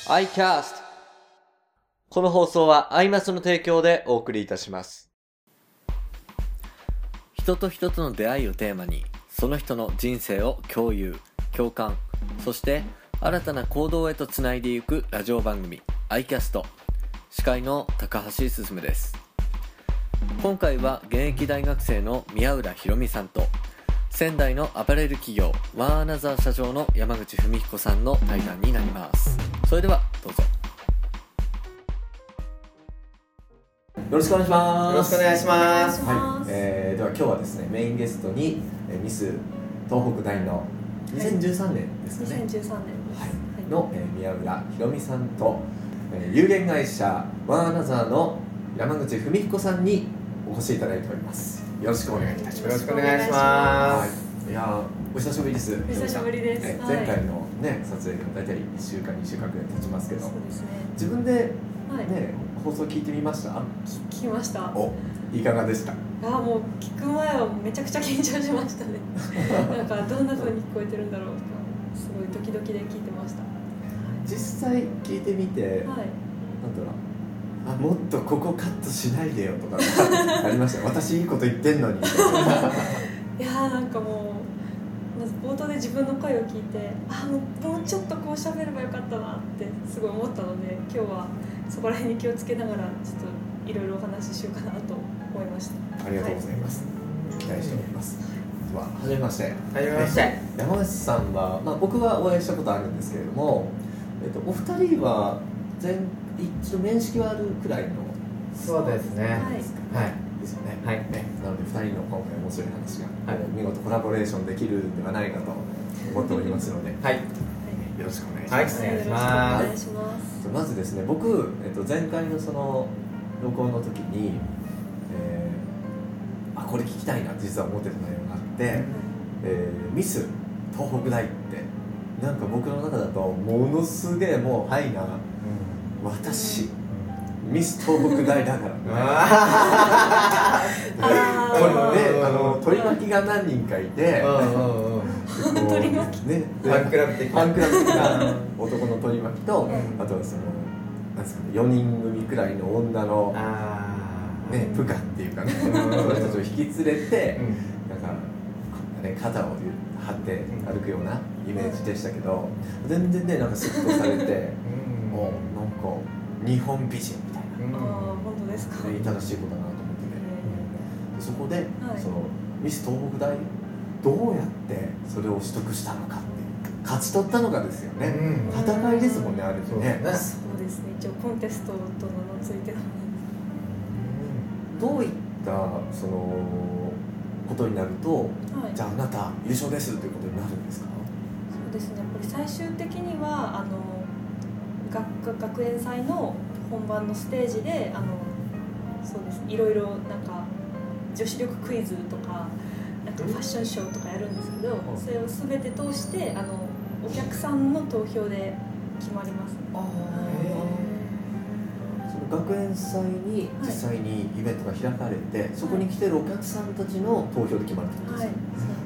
iCast。 この放送はアイマスの提供でお送りいたします。人と人との出会いをテーマに、その人の人生を共有、共感、そして新たな行動へとつないでいくラジオ番組 iCast。 司会の高橋進です。今回は現役大学生の宮浦ひろみさんと仙台のアパレル企業ワンアナザー社長の山口文彦さんの対談になります。それではどうぞ。よろしくお願いします。 よろしくお願いします。 はい。では今日はですね、メインゲストにミス東北大の2013年ですかね、 2013年です、 の宮浦ひろみさんと有限会社ワンアナザーの山口文彦さんにお越しいただいております。よろしくお願いいたします。 よろしくお願いします。 いやお久しぶりです。 お久しぶりです。 前回のね撮影が大体1週間2週間くらい経ちますけど、 そうですね。 自分でね、放送聞いてみました？ 聞きました。 お、いかがでした？ もう聞く前はめちゃくちゃ緊張しましたね。なんかどんな風に聞こえてるんだろうとか、すごいドキドキで聞いてました。 実際聞いてみて、なんだろう、もっとここカットしないでよとかありました。私いいこと言ってんのに。 いやなんかもうまず冒頭で自分の声を聞いて、もうちょっとこう喋ればよかったなってすごい思ったので、今日はそこら辺に気をつけながらちょっといろいろお話ししようかなと思いました。 ありがとうございます。期待しております。では初めまして。 はじめまして。 山口さんは、僕はお会いしたことあるんですけれども、お二人は一度面識はあるくらいの。 そうですね。 はいですよね。はい。なので2人の今回面白い話が、見事コラボレーションできるんではないかと思っておりますので、 はい。 よろしくお願いします。 はい、お願いします。 お願いします。 まずですね、僕、前回のその録音の時に、これ聞きたいなって実は思ってた内容があって、ミス東北大ってなんか僕の中だとものすげえもうはいな、私ミス東北大だからね、取り巻きが何人かいて、 取り巻きね、 ファンクラブ的な男の取り巻きと、あとはそのなんですかね、4人組くらいの女のね、部下っていうかね、その人たちを引き連れて、なんかね、肩を張って歩くようなイメージでしたけど、全然ね、なんかスッとされて、もうなんか日本美人みたいな、 本当ですか？ いい正しいことだなと思ってて、そこで、そのミス東北大どうやってそれを取得したのかっていう、勝ち取ったのかですよね。戦いですもんね、あれってね。 そうですね。一応コンテストと名のついてる。 どういったそのことになると、じゃああなた優勝ですということになるんですか？ そうですね。やっぱり最終的には学園祭の本番のステージでそうですね、いろいろなんか女子力クイズとかなんかファッションショーとかやるんですけど、それを全て通してお客さんの投票で決まります。 学園祭に実際にイベントが開かれて、そこに来てるお客さんたちの投票で決まるってことですか？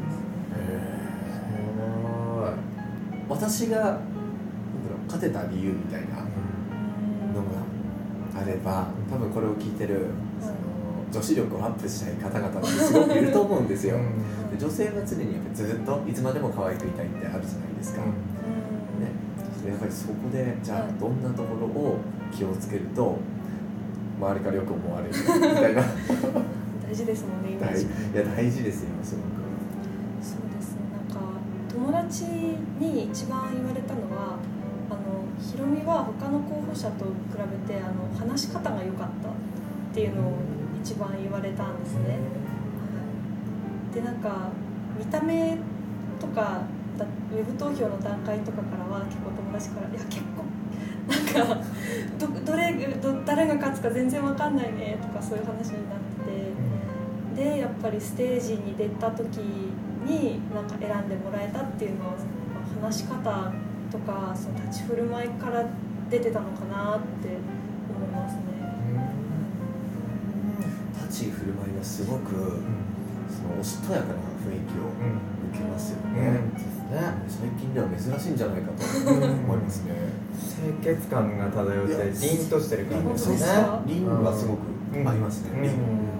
私が勝てた理由みたいなのがあれば、多分これを聞いてる女子力をアップしたい方々ってすごくいると思うんですよ。で、女性は常にやっぱりずっといつまでも可愛くいたいってあるじゃないですか。やっぱりそこでじゃあどんなところを気をつけると周りからよく思われるみたいな大事ですもんね、イメージ。 いや大事ですよ、すごく。 そうですね。なんか友達に一番言われたのは、ひろみは他の候補者と比べて話し方が良かったっていうのを一番言われたんですね。で、なんか見た目とかウェブ投票の段階とかからは結構友達から、いや結構なんか誰が勝つか全然わかんないねとかそういう話になってて、でやっぱりステージに出た時になんか選んでもらえたっていうのは、話し方とかその立ち振る舞いから出てたのかなって思いますね。 立ち振る舞いがすごくそそのおしとやかな雰囲気を受けますよね、 ですね。 最近では珍しいんじゃないかと思いますね。 清潔感が漂って凛としてる感じですね。 凛はすごく合いますね。凛、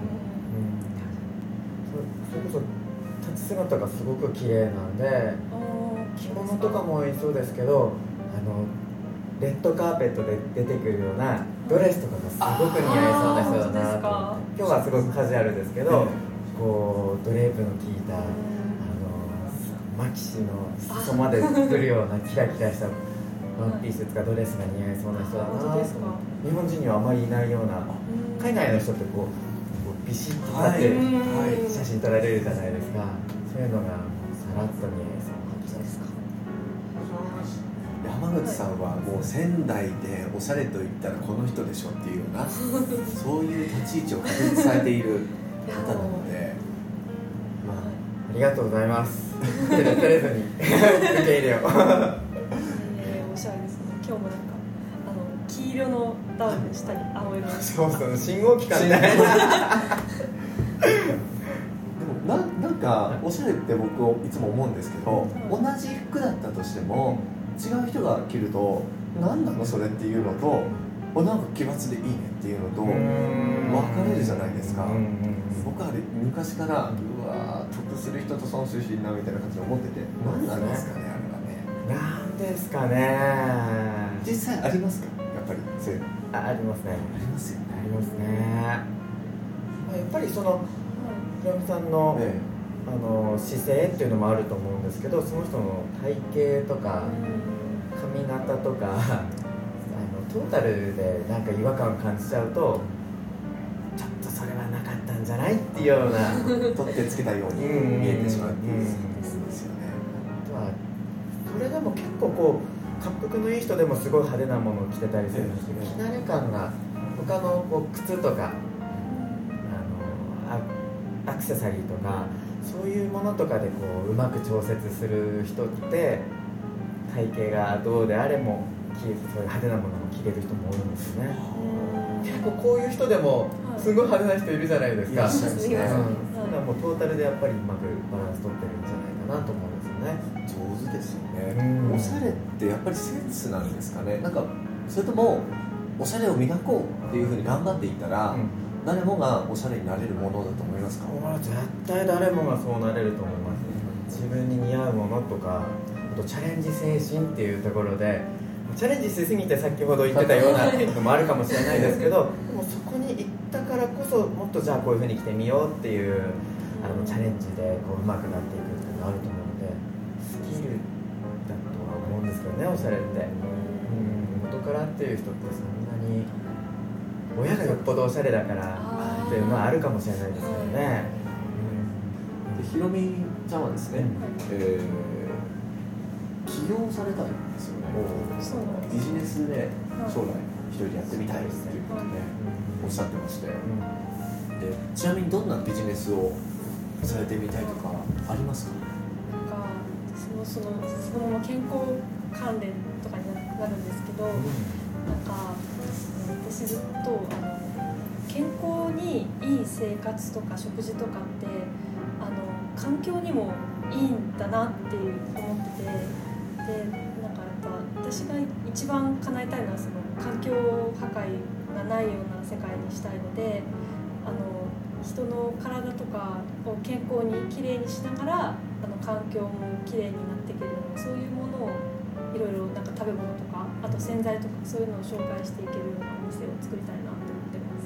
それこそ立ち姿がすごく綺麗なんで、着物とかもいそうですけど、レッドカーペットで出てくるようなドレスとかがすごく似合いそうな人だなと思って。今日はすごくカジュアルですけど、こうドレープの効いたマキシの裾まで来るようなキラキラしたワンピースとかドレスが似合いそうな人だなと思って。日本人にはあまりいないような、海外の人ってこうビシッと立って写真撮られるじゃないですか。そういうのがさらっと似合いそうな人ですか。 山口さんはもう仙台でおしゃれと言ったらこの人でしょっていうようなそういう立ち位置を確立されている方なので、 ありがとうございます。照れずに受け入れよう。 おしゃれですね。今日もなんか黄色のダウンの下に青色のそう信号機関みたいな。 でもなんかおしゃれって僕いつも思うんですけど、同じ服だったとしても違う人が着ると何なのそれっていうのと、なんか奇抜でいいねっていうのと分かれるじゃないですか。僕は昔からうわ得する人と損する人いるなみたいな感じで思ってて、何なんですかねあれはね。 なんですかね。 実際ありますか、やっぱりそういうの。 ありますね。 ありますよね。 ありますね。やっぱりそのひろみさんの、姿勢っていうのもあると思うんですけど、その人の体型とか髪型とかトータルでなんか違和感を感じちゃうと、ちょっとそれはなかったんじゃないっていうような取ってつけたように見えてしまうっていうことですよね。 あとはそれでも結構こう恰幅のいい人でもすごい派手なものを着てたりするんですけど、着慣れ感が他のこう靴とかアクセサリーとかそういうものとかでこううまく調節する人って体型がどうであれもそういう派手なものも着れる人も多いんですよね。結構こういう人でもすごい派手な人いるじゃないですか。そういうのはもうトータルでやっぱりうまくバランス取ってるんじゃないかなと思うんですよね。 上手ですよね。おしゃれってやっぱりセンスなんですかね。なんかそれともおしゃれを磨こうっていうふうに頑張っていったら、誰もがおしゃれになれるものだと思いますか？ 絶対誰もがそうなれると思います。自分に似合うものとか、あとチャレンジ精神っていうところでチャレンジしすぎて先ほど言ってたようなのもあるかもしれないですけど、でもそこに行ったからこそもっとじゃあこういう風に着てみようっていうチャレンジでこう上手くなっていくっていうのがあると思うので、スキルだとは思うんですけどね、おしゃれって。元からっていう人ってそんなに親がよっぽどおしゃれだからっていうのはあるかもしれないですけどね。 でひろみちゃんはですね、起業されたんですよね。ビジネスで将来一人でやってみたいっていうことでおっしゃってまして、でちなみにどんなビジネスをされてみたいとかありますか？ なんかそのまま健康関連とかになるんですけど、なんか私ずっと健康にいい生活とか食事とかって環境にもいいんだなって思ってて、でなんかやっぱ私が一番叶えたいのはその環境破壊がないような世界にしたいので、人の体とかを健康にきれいにしながら環境もきれいになっていけるような、そういうものをいろいろなんか食べ物とかあと洗剤とかそういうのを紹介していけるようなお店を作りたいなって思ってます。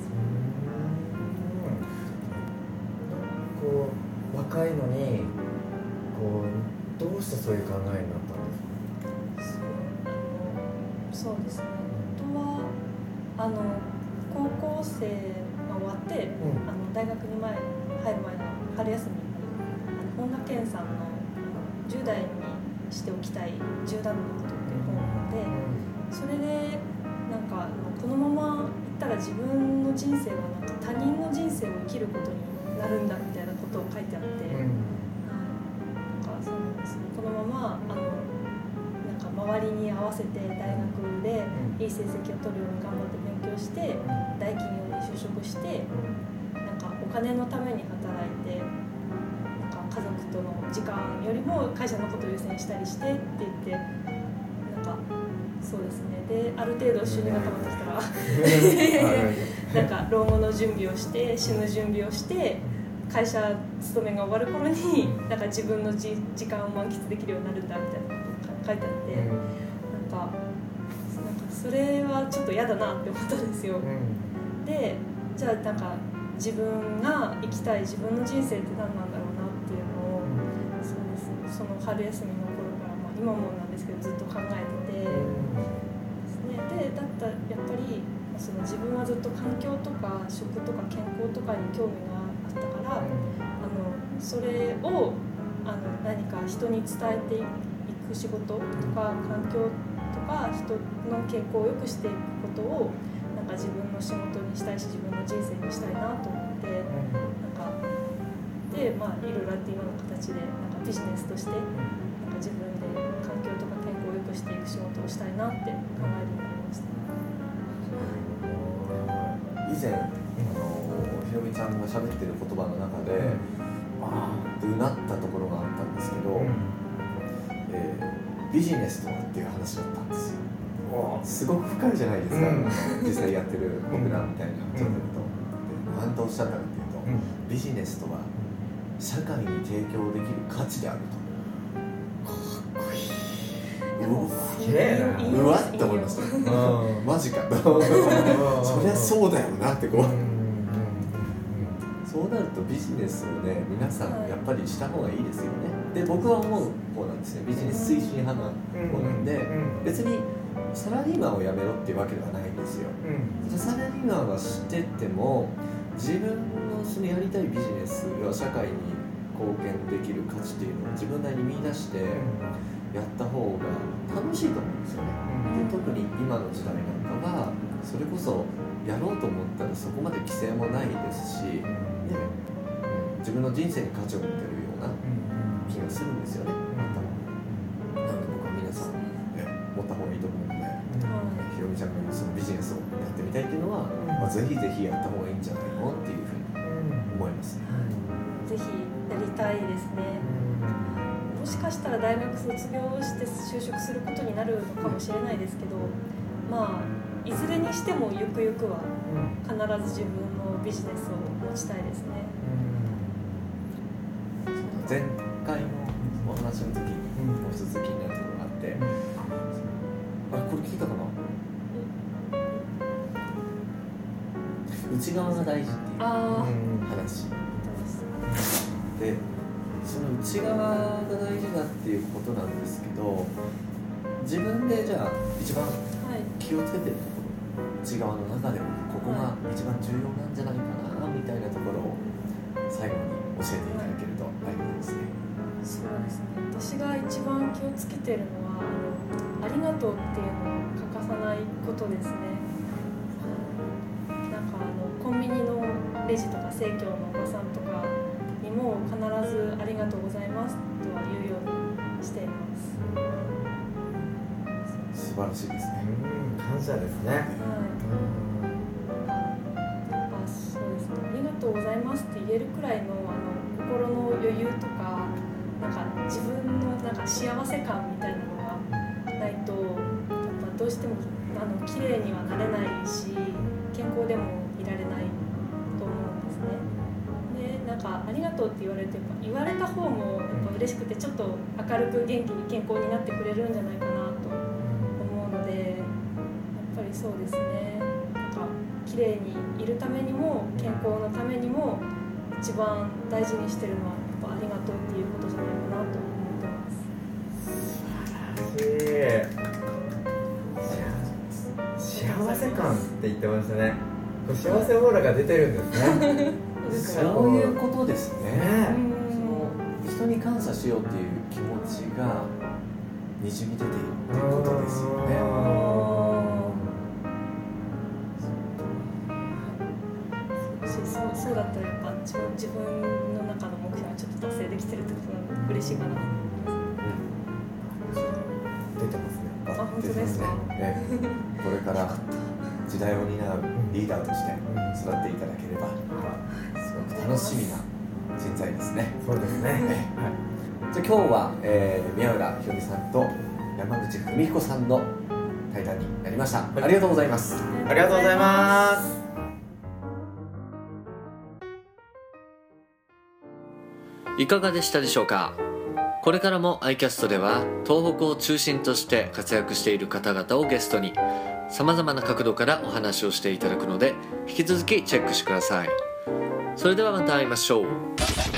こう若いのにこうどうしてそういう考えになったんですか？ そうですね。本当は高校生が終わって、大学に入る前の春休みに本田健さんの10代にしておきたい17のことっていう本で、それでなんかこのままいったら自分の人生はなんか他人の人生を生きることになるんだみたいなことを書いてあって、なんかそうなんですね。このままなんか周りに合わせて大学でいい成績を取るように頑張って勉強して大企業に就職して、なんかお金のために働いて人の時間よりも会社のことを優先したりしてって言ってなんかそうですねである程度収入がたまってきたらなんか老後の準備をして死ぬ準備をして会社勤めが終わる頃になんか自分の時間を満喫できるようになるんだみたいなことが書いてあってなんかそれはちょっと嫌だなって思ったんですよ。でじゃあなんか自分が生きたい自分の人生って何なんだろうなっていうのをそうです、その春休みの頃から、まあ、今もなんですけどずっと考えててですね。でだったらやっぱりその自分はずっと環境とか食とか健康とかに興味があったからそれを何か人に伝えていく仕事とか環境とか人の健康を良くしていくことをなんか自分の仕事にしたいし自分の人生にしたいなと思ってなんかでまあいろいろあって今の形でなんかビジネスとしてなんか自分で環境とか健康を良くしていく仕事をしたいなって考えるようになりました。 以前ひろみちゃんが喋ってる言葉の中でうなったところがあったんですけど、ビジネスとはっていう話だったんですよ。すごく深いじゃないですか、実際やってる僕らみたいなちょっと何とおっしゃったかというと、ビジネスとは社会に提供できる価値であると。かっこいい。うわっと思いました。マジかと。そりゃそうだよなってこう。そうなるとビジネスをね皆さんやっぱりした方がいいですよね。で僕は思う方なんですね。ビジネス推進派な方なんで別にサラリーマンを辞めろっていうわけではないんですよ。サラリーマンは知ってっても自分のそのやりたいビジネスや社会に貢献できる価値っていうのを自分なりに見出してやった方が楽しいと思うんですよね。で特に今の時代なんかはそれこそやろうと思ったらそこまで規制もないですし、自分の人生に価値を持てるような気がするんですよね。なので僕は皆さん、持った方がいいと思うので、ひろみちゃんがそのビジネスをやってみたいっていうのは、ぜひぜひやった方がいいんじゃないのっていうふうに思います。 ぜひやりたいですね。もしかしたら大学卒業して就職することになるのかもしれないですけど、まあいずれにしてもゆくゆくは必ず自分のビジネスを持ちたいですね。 前回のお話の時にもう一つ気になるところがあって、これ聞いたかな？内側が大事っていう話で、その内側が大事だっていうことなんですけど、自分でじゃあ一番気をつけてるところ、内側の中でもここが一番重要なんじゃないかなみたいなところを最後に教えていただけるとありがたいですね。 そうですね。私が一番気をつけてるのはありがとうっていうのを欠かさないことですね。なんかコンビニのレジとか生協のおばさんとかにも必ずありがとうございますとは言うようにしています。 素晴らしいですね。 感謝ですね。 そうですね。ありがとうございますって言えるくらいの心の余裕とか、なんか自分のなんか幸せ感みたいなのがないと、やっぱどうしても綺麗にはなれないし、健康でもいられないと思うんですね。で、なんかありがとうって言われて、やっぱ言われた方もやっぱ嬉しくて、ちょっと明るく元気に健康になってくれるんじゃないかなと思うので、やっぱりそうですね。なんか綺麗にいるためにも健康のためにも一番大事にしてるのはやっぱありがとうっていうことじゃないかなと思ってます。 幸せ感って言ってましたね。幸せオーラが出てるんですね。 そういうことですね。その人に感謝しようっていう気持ちがにじみ出ているっていうことですよね。 そうだったらやっぱ自分の中の目標はちょっと達成できてるってことなので嬉しいかなと思います。 出てますね。 本当ですか。 これから時代を担うリーダーとして育っていただければすごく楽しみな人材ですね。 そうですね、はい、 じゃあ今日は、宮浦ひろみさんと山口文彦さんの対談になりました、ありがとうございます。 ありがとうございます。 いかがでしたでしょうか。これからも iCast では東北を中心として活躍している方々をゲストにさまざまな角度からお話をしていただくので、引き続きチェックしてください。それではまた会いましょう。